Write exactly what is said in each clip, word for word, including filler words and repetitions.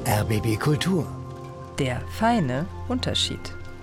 R B B Kultur. Der feine Unterschied.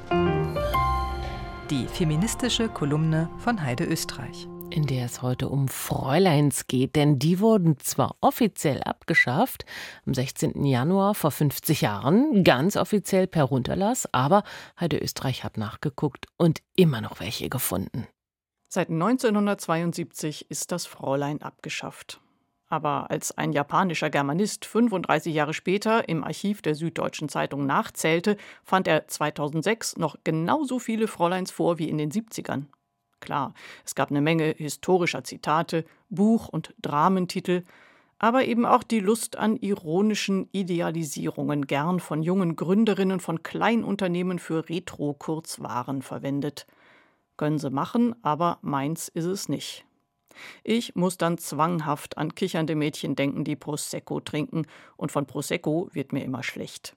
Die feministische Kolumne von Heide Österreich. In der es heute um Fräuleins geht, denn die wurden zwar offiziell abgeschafft, am sechzehnten Januar vor fünfzig Jahren, ganz offiziell per Runterlass, aber Heide Österreich hat nachgeguckt und immer noch welche gefunden. Seit neunzehnhundertzweiundsiebzig ist das Fräulein abgeschafft. Aber als ein japanischer Germanist fünfunddreißig Jahre später im Archiv der Süddeutschen Zeitung nachzählte, fand er zweitausendsechs noch genauso viele Fräuleins vor wie in den siebzigern. Klar, es gab eine Menge historischer Zitate, Buch- und Dramentitel, aber eben auch die Lust an ironischen Idealisierungen, gern von jungen Gründerinnen von Kleinunternehmen für Retro-Kurzwaren verwendet. Können sie machen, aber meins ist es nicht. Ich muss dann zwanghaft an kichernde Mädchen denken, die Prosecco trinken, und von Prosecco wird mir immer schlecht.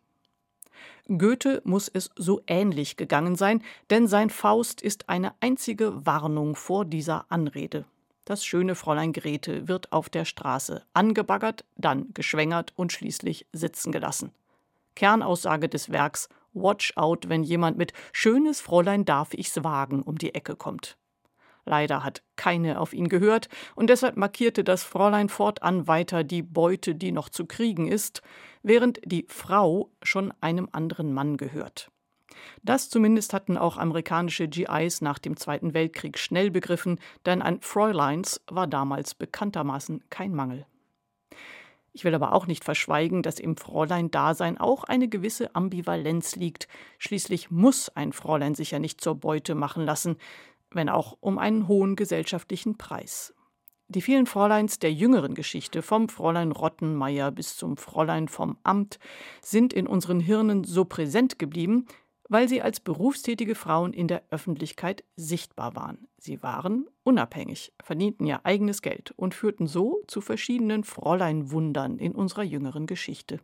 Goethe muss es so ähnlich gegangen sein, denn sein Faust ist eine einzige Warnung vor dieser Anrede. Das schöne Fräulein Grete wird auf der Straße angebaggert, dann geschwängert und schließlich sitzen gelassen. Kernaussage des Werks: Watch out, wenn jemand mit »Schönes Fräulein darf ich's wagen« um die Ecke kommt. Leider hat keine auf ihn gehört, und deshalb markierte das Fräulein fortan weiter die Beute, die noch zu kriegen ist, während die Frau schon einem anderen Mann gehört. Das zumindest hatten auch amerikanische G Is nach dem Zweiten Weltkrieg schnell begriffen, denn an Fräuleins war damals bekanntermaßen kein Mangel. Ich will aber auch nicht verschweigen, dass im Fräulein-Dasein auch eine gewisse Ambivalenz liegt. Schließlich muss ein Fräulein sich ja nicht zur Beute machen lassen, wenn auch um einen hohen gesellschaftlichen Preis. Die vielen Fräuleins der jüngeren Geschichte, vom Fräulein Rottenmeier bis zum Fräulein vom Amt, sind in unseren Hirnen so präsent geblieben, weil sie als berufstätige Frauen in der Öffentlichkeit sichtbar waren. Sie waren unabhängig, verdienten ihr eigenes Geld und führten so zu verschiedenen Fräulein-Wundern in unserer jüngeren Geschichte.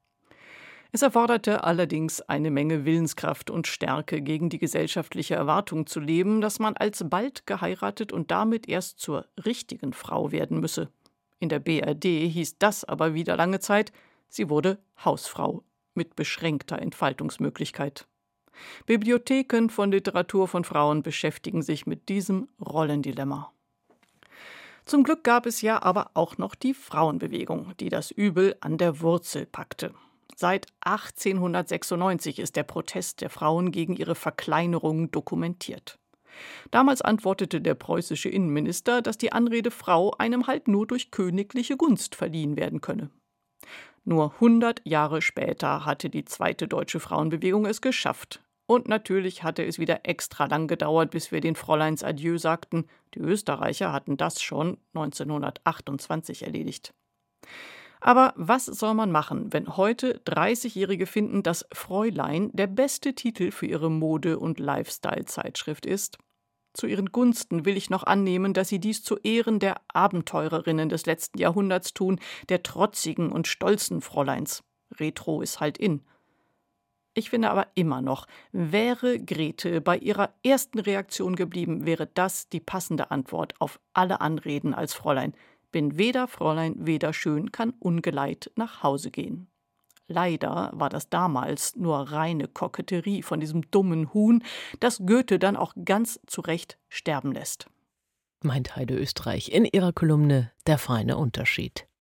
Es erforderte allerdings eine Menge Willenskraft und Stärke, gegen die gesellschaftliche Erwartung zu leben, dass man alsbald geheiratet und damit erst zur richtigen Frau werden müsse. In der B R D hieß das aber wieder lange Zeit, sie wurde Hausfrau mit beschränkter Entfaltungsmöglichkeit. Bibliotheken von Literatur von Frauen beschäftigen sich mit diesem Rollendilemma. Zum Glück gab es ja aber auch noch die Frauenbewegung, die das Übel an der Wurzel packte. Seit achtzehnhundertsechsundneunzig ist der Protest der Frauen gegen ihre Verkleinerung dokumentiert. Damals antwortete der preußische Innenminister, dass die Anrede Frau einem halt nur durch königliche Gunst verliehen werden könne. Nur hundert Jahre später hatte die zweite deutsche Frauenbewegung es geschafft. Und natürlich hatte es wieder extra lang gedauert, bis wir den Fräuleins Adieu sagten. Die Österreicher hatten das schon neunzehnhundertachtundzwanzig erledigt. Aber was soll man machen, wenn heute dreißigjährige finden, dass Fräulein der beste Titel für ihre Mode- und Lifestyle-Zeitschrift ist? Zu ihren Gunsten will ich noch annehmen, dass sie dies zu Ehren der Abenteurerinnen des letzten Jahrhunderts tun, der trotzigen und stolzen Fräuleins. Retro ist halt in. Ich finde aber immer noch, wäre Grete bei ihrer ersten Reaktion geblieben, wäre das die passende Antwort auf alle Anreden als Fräulein. Bin weder Fräulein, weder schön, kann ungeleit nach Hause gehen. Leider war das damals nur reine Koketterie von diesem dummen Huhn, das Goethe dann auch ganz zu Recht sterben lässt. Meint Heide Österreich in ihrer Kolumne Der feine Unterschied.